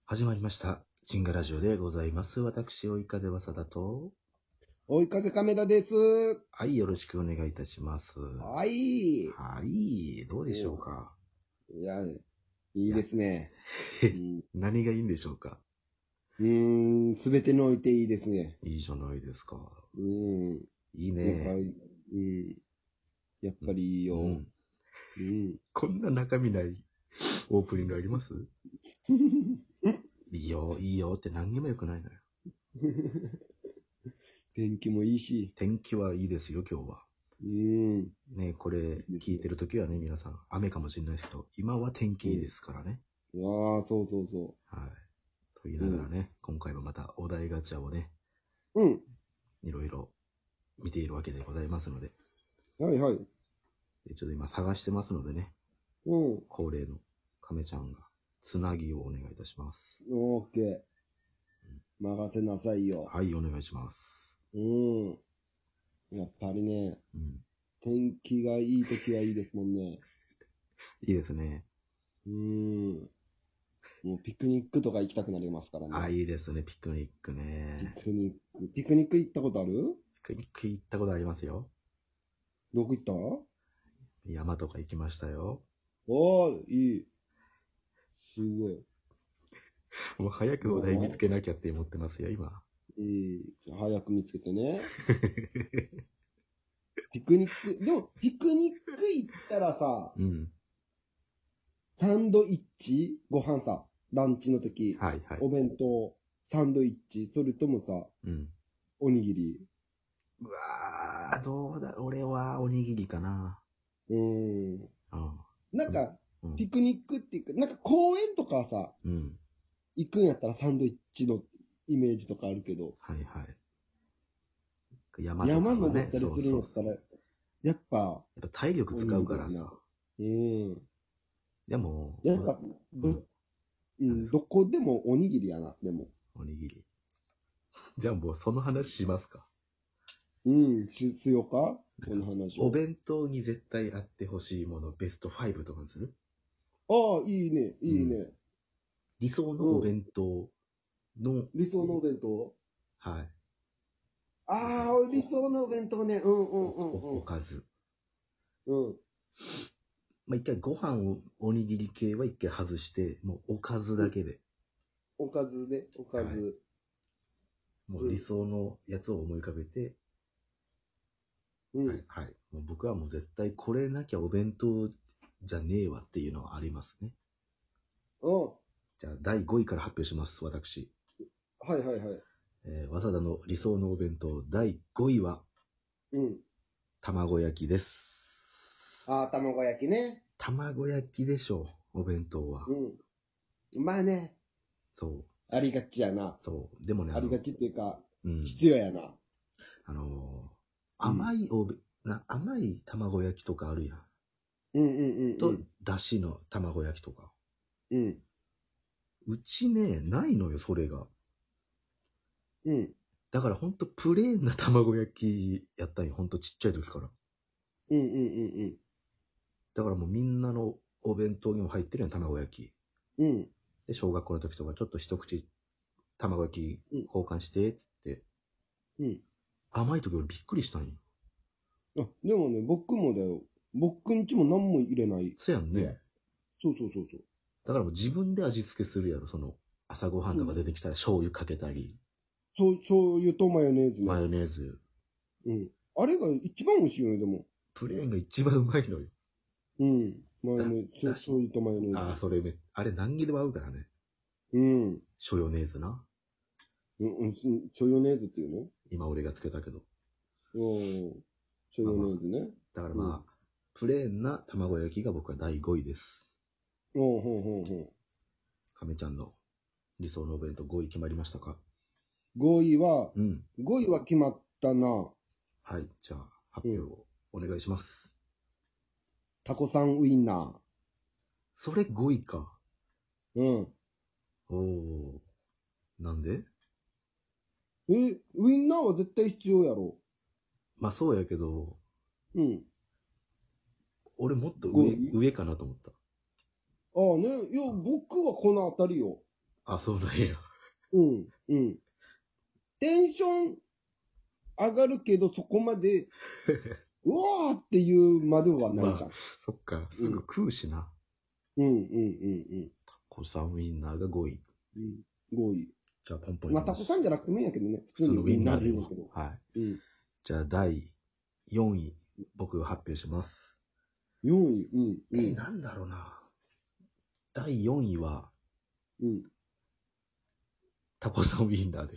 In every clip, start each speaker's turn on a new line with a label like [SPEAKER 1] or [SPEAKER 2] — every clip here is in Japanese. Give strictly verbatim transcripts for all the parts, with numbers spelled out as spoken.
[SPEAKER 1] 始まりました。チンガラジオでございます。私、追い風わさだと。
[SPEAKER 2] 追い風亀田です。
[SPEAKER 1] はい、よろしくお願いいたします。
[SPEAKER 2] はい。
[SPEAKER 1] はい、どうでしょうか。
[SPEAKER 2] いや、いいですね。
[SPEAKER 1] 何がいいんでしょうか。
[SPEAKER 2] うーん、すべてにおいていいですね。
[SPEAKER 1] いいじゃないですか。
[SPEAKER 2] うん。
[SPEAKER 1] いい
[SPEAKER 2] なんか、
[SPEAKER 1] ね。
[SPEAKER 2] うん。やっぱりいいよ。
[SPEAKER 1] う
[SPEAKER 2] うん。
[SPEAKER 1] ん。こんな中身ないオープニングありますいいよ、いいよって何にも良くないのよ。
[SPEAKER 2] 天気もいいし。
[SPEAKER 1] 天気はいいですよ、今日は。
[SPEAKER 2] うん。
[SPEAKER 1] ね、これ聞いてるときはね、皆さん、雨かもしれないですけど、今は天気いいですからね。
[SPEAKER 2] ああ、そうそうそ
[SPEAKER 1] はい。と言いながらね、今回もまたお題ガチャをね、
[SPEAKER 2] う。うん。
[SPEAKER 1] いろいろ見ているわけでございますので、
[SPEAKER 2] はいはい。
[SPEAKER 1] でちょっと今探してますのでね、
[SPEAKER 2] うん。
[SPEAKER 1] 恒例の亀ちゃんがつなぎをお願いいたします。
[SPEAKER 2] オーケー。任せなさいよ。
[SPEAKER 1] はい、お願いします。
[SPEAKER 2] うん。やっぱりね、
[SPEAKER 1] うん、
[SPEAKER 2] 天気がいいときはいいですもんね。
[SPEAKER 1] いいですね。
[SPEAKER 2] うーん。もうピクニックとか行きたくなりますからね。
[SPEAKER 1] あ、いいですね、ピクニックね。
[SPEAKER 2] ピクニック。ピクニック行ったことある？
[SPEAKER 1] ピクニック行ったことありますよ。
[SPEAKER 2] どこ行った？
[SPEAKER 1] 山とか行きましたよ。
[SPEAKER 2] おー、いい。すごい。
[SPEAKER 1] もう早くお題見つけなきゃって思ってますよ、今。
[SPEAKER 2] いい。早く見つけてね。ピクニック、でも、ピクニック行ったらさ、
[SPEAKER 1] うん。
[SPEAKER 2] サンドイッチご飯さ、ランチの時、
[SPEAKER 1] はいはい。
[SPEAKER 2] お弁当、サンドイッチ、それともさ、
[SPEAKER 1] うん。
[SPEAKER 2] おにぎり。
[SPEAKER 1] うわー、どうだ、俺はおにぎりかな。
[SPEAKER 2] うーん。
[SPEAKER 1] うん。
[SPEAKER 2] なんか、
[SPEAKER 1] うん。
[SPEAKER 2] ピクニックっていうか、なんか公園とかさ、
[SPEAKER 1] うん。
[SPEAKER 2] 行くんやったらサンドイッチのイメージとかあるけど、
[SPEAKER 1] はいはい。山とか
[SPEAKER 2] 山
[SPEAKER 1] はね、
[SPEAKER 2] 登ったりするんやった
[SPEAKER 1] そうそうそう。
[SPEAKER 2] ら、やっぱ、
[SPEAKER 1] やっぱ体力使うからさ。
[SPEAKER 2] うん。
[SPEAKER 1] でも、
[SPEAKER 2] やっぱ、ど、
[SPEAKER 1] うん
[SPEAKER 2] うん、どこでもおにぎりやな、でも。
[SPEAKER 1] おにぎり。じゃあもうその話しますか。
[SPEAKER 2] うん、し、しようかこの話を。
[SPEAKER 1] お弁当に絶対あってほしいものベストごとかにする？
[SPEAKER 2] ああ、いいね、いいね。
[SPEAKER 1] 理想のお弁当の、
[SPEAKER 2] 理想のお弁当？
[SPEAKER 1] はい。
[SPEAKER 2] ああ、理想のお弁当ね。うんうんうん
[SPEAKER 1] おおかず。
[SPEAKER 2] うん。うん。
[SPEAKER 1] まあ、一回ご飯を、おにぎり系は一回外して、もうおかずだけで。
[SPEAKER 2] おかずね、おかず。
[SPEAKER 1] はいもう理想のやつを思い浮かべて、
[SPEAKER 2] うん。
[SPEAKER 1] はい、はい。もう僕はもう絶対これなきゃお弁当じゃねえわっていうのはありますね。
[SPEAKER 2] うん。
[SPEAKER 1] じゃあだいごいから発表します、私。
[SPEAKER 2] はいはいはい。
[SPEAKER 1] えー、早稲田の理想のお弁当だいごいは、
[SPEAKER 2] うん。
[SPEAKER 1] 卵焼きです。
[SPEAKER 2] ああ、卵焼きね。
[SPEAKER 1] 卵焼きでしょう、お弁当は。
[SPEAKER 2] うん。まあね、
[SPEAKER 1] そう。
[SPEAKER 2] ありがちやな。
[SPEAKER 1] そう。でもね、
[SPEAKER 2] ありがちっていうか、
[SPEAKER 1] うん。
[SPEAKER 2] 必要やな。
[SPEAKER 1] あのー甘いおべ、な、甘い卵焼きとかあるやん。
[SPEAKER 2] うんうんうんう
[SPEAKER 1] と
[SPEAKER 2] ん。、
[SPEAKER 1] だしの卵焼きとか。
[SPEAKER 2] うん。
[SPEAKER 1] うちね、ないのよ、それが。
[SPEAKER 2] うん。
[SPEAKER 1] だからほんとプレーンな卵焼きやったんよ、ほんとちっちゃい時から。
[SPEAKER 2] うんうんうん
[SPEAKER 1] だからもうみんなのお弁当にも入ってるやん、卵焼き。
[SPEAKER 2] うん。うん。
[SPEAKER 1] で、小学校の時とかちょっと一口卵焼き
[SPEAKER 2] うん
[SPEAKER 1] 交換して、つって。
[SPEAKER 2] うん。
[SPEAKER 1] 甘い時俺びっくりしたんよ。
[SPEAKER 2] あ、でもね、僕もだよ。僕んちも何も入れない。
[SPEAKER 1] そやんね。
[SPEAKER 2] そうそうそうそう。
[SPEAKER 1] だからもう自分で味付けするやろ、その、朝ごはんとか出てきたら醤油かけたり、
[SPEAKER 2] そう、醤油とマヨネーズね。
[SPEAKER 1] マヨネーズ。
[SPEAKER 2] うん。あれが一番美味しいよね、でも。
[SPEAKER 1] プレーンが一番うまいのよ。
[SPEAKER 2] うん。マヨネーズ、
[SPEAKER 1] だ
[SPEAKER 2] 醤油とマヨネーズ。
[SPEAKER 1] ああ、それめ、あれ何にでも合うからね。
[SPEAKER 2] うん。
[SPEAKER 1] ショヨネーズな。
[SPEAKER 2] うん、うん、醤油ネーズっていうの？
[SPEAKER 1] 今俺がつけたけど。
[SPEAKER 2] うん。醤油ネーズね。
[SPEAKER 1] だからまあ、プレーンな卵焼きが僕はだいごいです。
[SPEAKER 2] うん、ほうほうほう。
[SPEAKER 1] 亀ちゃんの理想のお弁当ごい決まりましたか？
[SPEAKER 2] ごいは、
[SPEAKER 1] うん。
[SPEAKER 2] ごいは決まったな。
[SPEAKER 1] はい。じゃあ、発表をお願いします。
[SPEAKER 2] タコさんウインナ
[SPEAKER 1] それごいか。
[SPEAKER 2] ー。うん。
[SPEAKER 1] おお。なんで？
[SPEAKER 2] え、ウインナーは絶対必要やろ。
[SPEAKER 1] まあそうやけど、
[SPEAKER 2] うん。
[SPEAKER 1] 俺もっと上、
[SPEAKER 2] ごい
[SPEAKER 1] 上かなと思った。
[SPEAKER 2] ああね。いや、僕はこのあたりよ。
[SPEAKER 1] あ、そうなんや。
[SPEAKER 2] うん、うん。テンション上がるけど、そこまで、うわーっていうまではないじゃん。
[SPEAKER 1] そっか、すぐ食うしな。
[SPEAKER 2] うん、うん、うん、うん。
[SPEAKER 1] タコさんウインナーがごい。
[SPEAKER 2] うん。ごい。
[SPEAKER 1] じゃあ、ポンポンい
[SPEAKER 2] まあ、
[SPEAKER 1] きます。
[SPEAKER 2] タコさんじゃなくてもいいんやけどね。普通
[SPEAKER 1] 普通のウイ
[SPEAKER 2] にウインナ
[SPEAKER 1] ンナーでも
[SPEAKER 2] ーでいいんやけど。。
[SPEAKER 1] はい。
[SPEAKER 2] うん。
[SPEAKER 1] じゃあ、だいよんい、僕が発表します。
[SPEAKER 2] よんい、うん、う
[SPEAKER 1] え、
[SPEAKER 2] ん。
[SPEAKER 1] なんだろうな。だいよんいは、
[SPEAKER 2] うん。
[SPEAKER 1] タコさんウインナーです。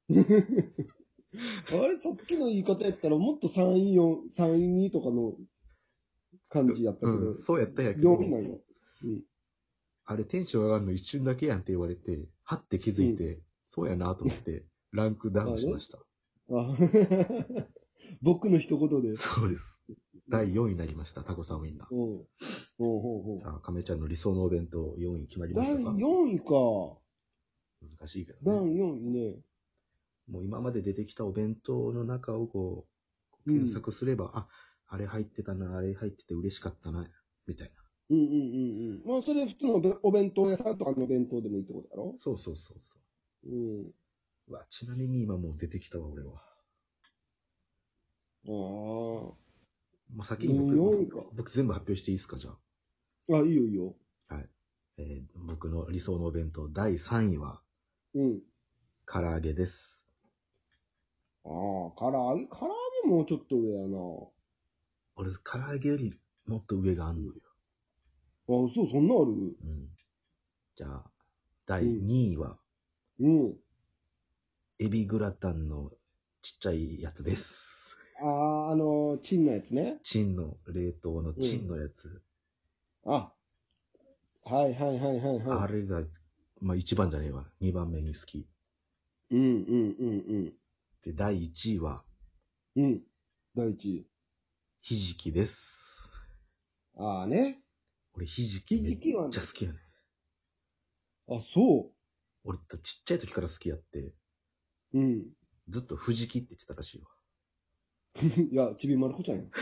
[SPEAKER 2] あれ、さっきの言い方やったら、もっとさんい、よん、さんい、にとかの感じやったけど、
[SPEAKER 1] うん、そうやったんやけど、
[SPEAKER 2] よんいなんや。うん。
[SPEAKER 1] あれテンション上がるの一瞬だけやんって言われて、はって気づいて、そうやなと思って、ランクダウンしました。
[SPEAKER 2] あ僕の一言で。
[SPEAKER 1] そうです。だいよんいになりました、タコさんウインナー。
[SPEAKER 2] うん。ほうほうほう。
[SPEAKER 1] さあ、亀ちゃんの理想のお弁当よんい決まりま
[SPEAKER 2] だい
[SPEAKER 1] したか？
[SPEAKER 2] よんいか。
[SPEAKER 1] 難しいけど
[SPEAKER 2] だ
[SPEAKER 1] ね。
[SPEAKER 2] いよんいね。
[SPEAKER 1] もう今まで出てきたお弁当の中をこう、
[SPEAKER 2] うん
[SPEAKER 1] 検索すれば、あ、あれ入ってたな、あれ入ってて嬉しかったな、みたいな。
[SPEAKER 2] うんうんうんうん。まあ、それ普通のべお弁当屋さんとかの弁当でもいいってことやろ？
[SPEAKER 1] そうそうそうそ
[SPEAKER 2] うん。
[SPEAKER 1] う。うわ、ちなみに今もう出てきたわ、俺は。
[SPEAKER 2] ああ。
[SPEAKER 1] もう先に僕、
[SPEAKER 2] よんいか。
[SPEAKER 1] 僕僕全部発表していいですか、じゃ
[SPEAKER 2] あ、いいよいいよ。
[SPEAKER 1] あ。はい。えー僕の理想のお弁当だいさんいは、
[SPEAKER 2] うん。
[SPEAKER 1] 唐揚げです。
[SPEAKER 2] ああ、唐揚げ、唐揚げもうちょっと上やな。
[SPEAKER 1] 俺、唐揚げよりもっと上があんのよ。
[SPEAKER 2] あ、そう、そんなある？
[SPEAKER 1] うん。じゃあ、だいにいは、
[SPEAKER 2] うん。
[SPEAKER 1] エビグラタンのちっちゃいやつです。
[SPEAKER 2] ああ、あの、チンのやつね。
[SPEAKER 1] チンの、冷凍のチンのやつ。
[SPEAKER 2] あ、はいはいはいはいはい。
[SPEAKER 1] あれが、まあ一番じゃねえわ。にばんめに好き。
[SPEAKER 2] うんうんうん
[SPEAKER 1] で、だいいちいは、
[SPEAKER 2] うん。うん。第一位。
[SPEAKER 1] ひじきです。
[SPEAKER 2] ああね。
[SPEAKER 1] 俺、ひじきめっ
[SPEAKER 2] ひじきはね
[SPEAKER 1] ちゃ好きやね。
[SPEAKER 2] あ、そ
[SPEAKER 1] 俺、ちっちゃい時から好きやって、
[SPEAKER 2] う。うん。
[SPEAKER 1] ずっと藤木って言ってたらしいわ。
[SPEAKER 2] いや、ちびまる子ちゃんや。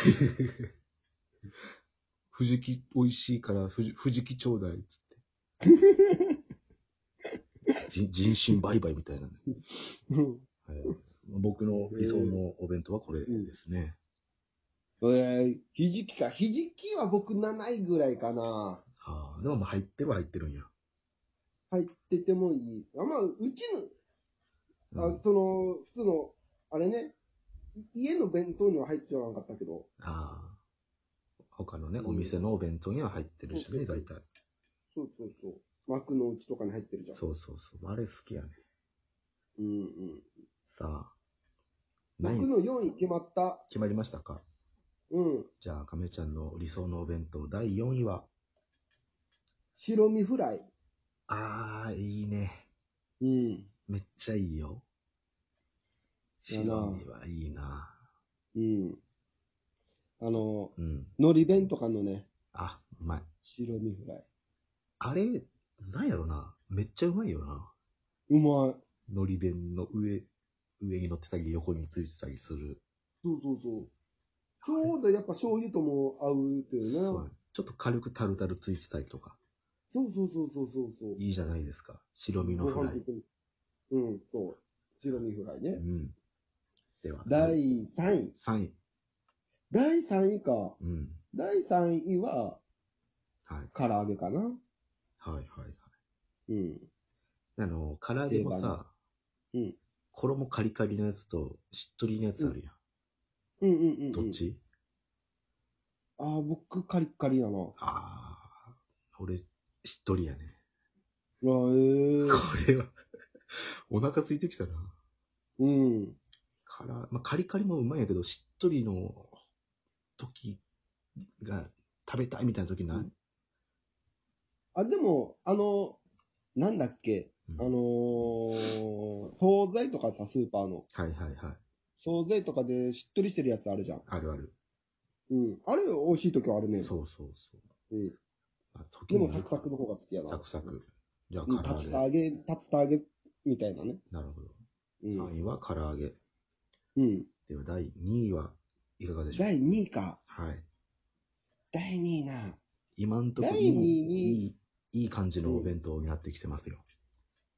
[SPEAKER 1] 藤木美味しいから藤藤木ちょうだいっつってじ人身売買みたいなね、
[SPEAKER 2] うん
[SPEAKER 1] はい、僕の理想のお弁当はこれですね。
[SPEAKER 2] えー、ひじきか。ひじきは僕なないぐらいかな。
[SPEAKER 1] ああ、でもまあ入ってるは入ってるんや。
[SPEAKER 2] 入っててもいい。あ、まあ、うちの、あ、
[SPEAKER 1] うん、
[SPEAKER 2] その、普通の、あれね、い家の弁当には入ってはなかったけど。
[SPEAKER 1] ああ、他のね、
[SPEAKER 2] うん
[SPEAKER 1] お店のお弁当には入ってるしね、大体。
[SPEAKER 2] そうそうそう。幕の内とかに入ってるじゃん。
[SPEAKER 1] そうそうそう。あれ好きやね。
[SPEAKER 2] うんうん。
[SPEAKER 1] さあ、
[SPEAKER 2] 僕
[SPEAKER 1] 何
[SPEAKER 2] のよんい決まった。
[SPEAKER 1] 決まりましたか？
[SPEAKER 2] うん。
[SPEAKER 1] じゃあ、亀ちゃんの理想のお弁当だいよんいは、
[SPEAKER 2] 白身フライ。
[SPEAKER 1] ああ、いいね。
[SPEAKER 2] うん。
[SPEAKER 1] めっちゃいいよ。
[SPEAKER 2] やな
[SPEAKER 1] 白身はいいな。
[SPEAKER 2] うん。あの、
[SPEAKER 1] うん。
[SPEAKER 2] 海苔弁とかのね、
[SPEAKER 1] あ、うまい。
[SPEAKER 2] 白身フライ。
[SPEAKER 1] あれ、なんやろな。めっちゃうまいよな。
[SPEAKER 2] うまい。
[SPEAKER 1] 海苔弁の上、上に乗ってたり、横についてたりする。
[SPEAKER 2] そうそうそう。ちょうどやっぱ醤油とも合うっていうね。
[SPEAKER 1] そうちょっと軽くタルタルついてたりとか。
[SPEAKER 2] そうそうそうそうそうそう。
[SPEAKER 1] いいじゃないですか。白身のフライ。
[SPEAKER 2] ご飯的に。うん、そう。白身フライね。
[SPEAKER 1] うん。では、
[SPEAKER 2] だいさんい。
[SPEAKER 1] さんい。
[SPEAKER 2] だいさんいか。
[SPEAKER 1] うん。
[SPEAKER 2] だいさんいは、
[SPEAKER 1] はい。
[SPEAKER 2] 唐揚げかな。
[SPEAKER 1] はいはいはい。
[SPEAKER 2] うん。
[SPEAKER 1] あの、唐揚げもさ、
[SPEAKER 2] うん。
[SPEAKER 1] 衣カリカリのやつと、しっとりのやつあるやん。
[SPEAKER 2] うんうんうん、うん。
[SPEAKER 1] どっち？
[SPEAKER 2] ああ、僕カリッカリやな。
[SPEAKER 1] ああ、俺、しっとりやね。
[SPEAKER 2] あえー、
[SPEAKER 1] これは、お腹空いてきたな。
[SPEAKER 2] うん。
[SPEAKER 1] からまあ、カリカリもうまいんやけど、しっとりの時が食べたいみたいな時ない？
[SPEAKER 2] あ、でも、あの、なんだっけ、
[SPEAKER 1] うん
[SPEAKER 2] あのー、惣菜とかさ、スーパーの。
[SPEAKER 1] はいはいはい。
[SPEAKER 2] 惣菜とかでしっとりしてるやつあるじゃん。
[SPEAKER 1] あるある。
[SPEAKER 2] うん。あれ、美味しい時はあるね。
[SPEAKER 1] そうそうそう。
[SPEAKER 2] うん。
[SPEAKER 1] まあ、時に
[SPEAKER 2] でもサクサクの方が好きやな。
[SPEAKER 1] サクサク。じゃあ、
[SPEAKER 2] うん、
[SPEAKER 1] 唐揚げ。
[SPEAKER 2] 竜田揚げ、竜田揚げみたいなね。
[SPEAKER 1] なるほど。
[SPEAKER 2] うん。
[SPEAKER 1] さんいは唐揚げ。
[SPEAKER 2] うん。
[SPEAKER 1] では、だいにいはいかがでしょうか？
[SPEAKER 2] だいにいか。
[SPEAKER 1] はい。
[SPEAKER 2] だいにいな。
[SPEAKER 1] 今んとこ
[SPEAKER 2] だい
[SPEAKER 1] いい、
[SPEAKER 2] にいに
[SPEAKER 1] いい、いい感じのお弁当になってきてますよ。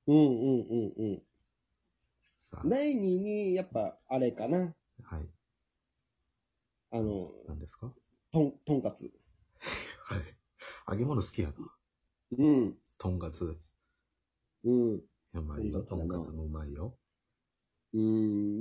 [SPEAKER 2] うんうんうんうん。
[SPEAKER 1] さあ、
[SPEAKER 2] だいにいに、やっぱ、あれかな。
[SPEAKER 1] はい。
[SPEAKER 2] あの、
[SPEAKER 1] 何ですか？
[SPEAKER 2] とん、とんかつ。
[SPEAKER 1] はい。揚げ物好きやな。
[SPEAKER 2] うん。
[SPEAKER 1] とんかつ。
[SPEAKER 2] うん。
[SPEAKER 1] うまいよ。と
[SPEAKER 2] とんかつだな
[SPEAKER 1] んかつもうまいよ。
[SPEAKER 2] うん。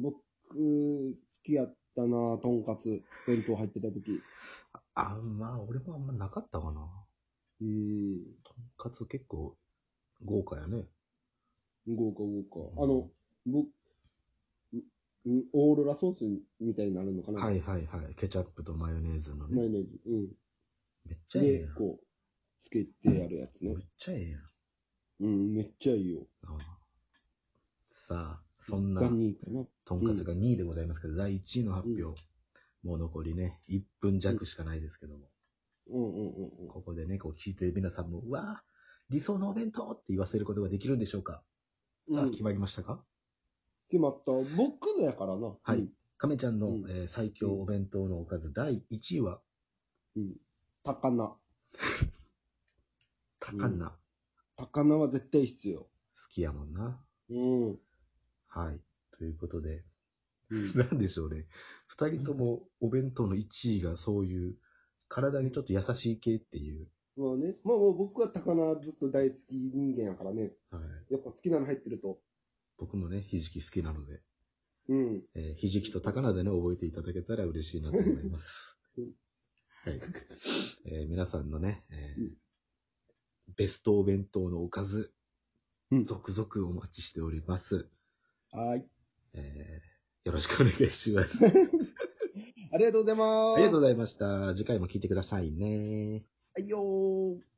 [SPEAKER 2] 僕、好きやったな、とんかつ。弁当入ってた時。
[SPEAKER 1] あ、まあ、俺もあんまなかったかな。
[SPEAKER 2] うん。
[SPEAKER 1] とんかつ結構豪華やね。
[SPEAKER 2] 豪華豪華。あ
[SPEAKER 1] うん
[SPEAKER 2] の、僕、んオーロラソースみたいになるのかな。
[SPEAKER 1] はいはいはい。ケチャップとマヨネーズのね。
[SPEAKER 2] マヨネーズ。うん。
[SPEAKER 1] めっちゃええ
[SPEAKER 2] で
[SPEAKER 1] や、ん。
[SPEAKER 2] こう、つけてやるやつね
[SPEAKER 1] めっ。ちゃええやん。
[SPEAKER 2] うん、めっちゃいいよ。
[SPEAKER 1] ああさあ、そん
[SPEAKER 2] が
[SPEAKER 1] な
[SPEAKER 2] にいかな。
[SPEAKER 1] とんかつがにいでございますけど、だいいちいの発表、
[SPEAKER 2] うん
[SPEAKER 1] もう残りね、いっぷん弱しかないですけども、
[SPEAKER 2] うんうんうんうん。
[SPEAKER 1] ここでね、こう聞いてる皆さんも、うわぁ、理想のお弁当って言わせることができるんでしょうか？さあ、
[SPEAKER 2] うん
[SPEAKER 1] 決まりましたか？
[SPEAKER 2] 決まった。僕のやからな。
[SPEAKER 1] はい
[SPEAKER 2] うん。
[SPEAKER 1] 亀ちゃんの、
[SPEAKER 2] うん
[SPEAKER 1] えー最強お弁当のおかずだいいちいは、
[SPEAKER 2] うん。高菜。
[SPEAKER 1] 高菜。好
[SPEAKER 2] 高菜は絶対必要。
[SPEAKER 1] きやもんな。
[SPEAKER 2] うん。
[SPEAKER 1] はい。ということで、
[SPEAKER 2] うん。
[SPEAKER 1] なんでしょうね。二人ともお弁当のいちいがそういう、体にちょっと優しい系っていう。
[SPEAKER 2] まあね。まあもう僕は高菜ずっと大好き人間やからね。
[SPEAKER 1] はい。
[SPEAKER 2] やっぱ好きなの入ってると。
[SPEAKER 1] 僕もね、ひじき好きなので、
[SPEAKER 2] うん。
[SPEAKER 1] えーひじきと高菜でね、覚えていただけたら嬉しいなと思います。
[SPEAKER 2] うん
[SPEAKER 1] はい。えー皆さんのね、えー
[SPEAKER 2] うん
[SPEAKER 1] ベストお弁当のおかず、
[SPEAKER 2] うん
[SPEAKER 1] 続々お待ちしております。
[SPEAKER 2] はーい。
[SPEAKER 1] えーよろしくお願いします。
[SPEAKER 2] ありがとうございます。
[SPEAKER 1] ありがとうございました。次回も聞いてくださいね。
[SPEAKER 2] はいよー。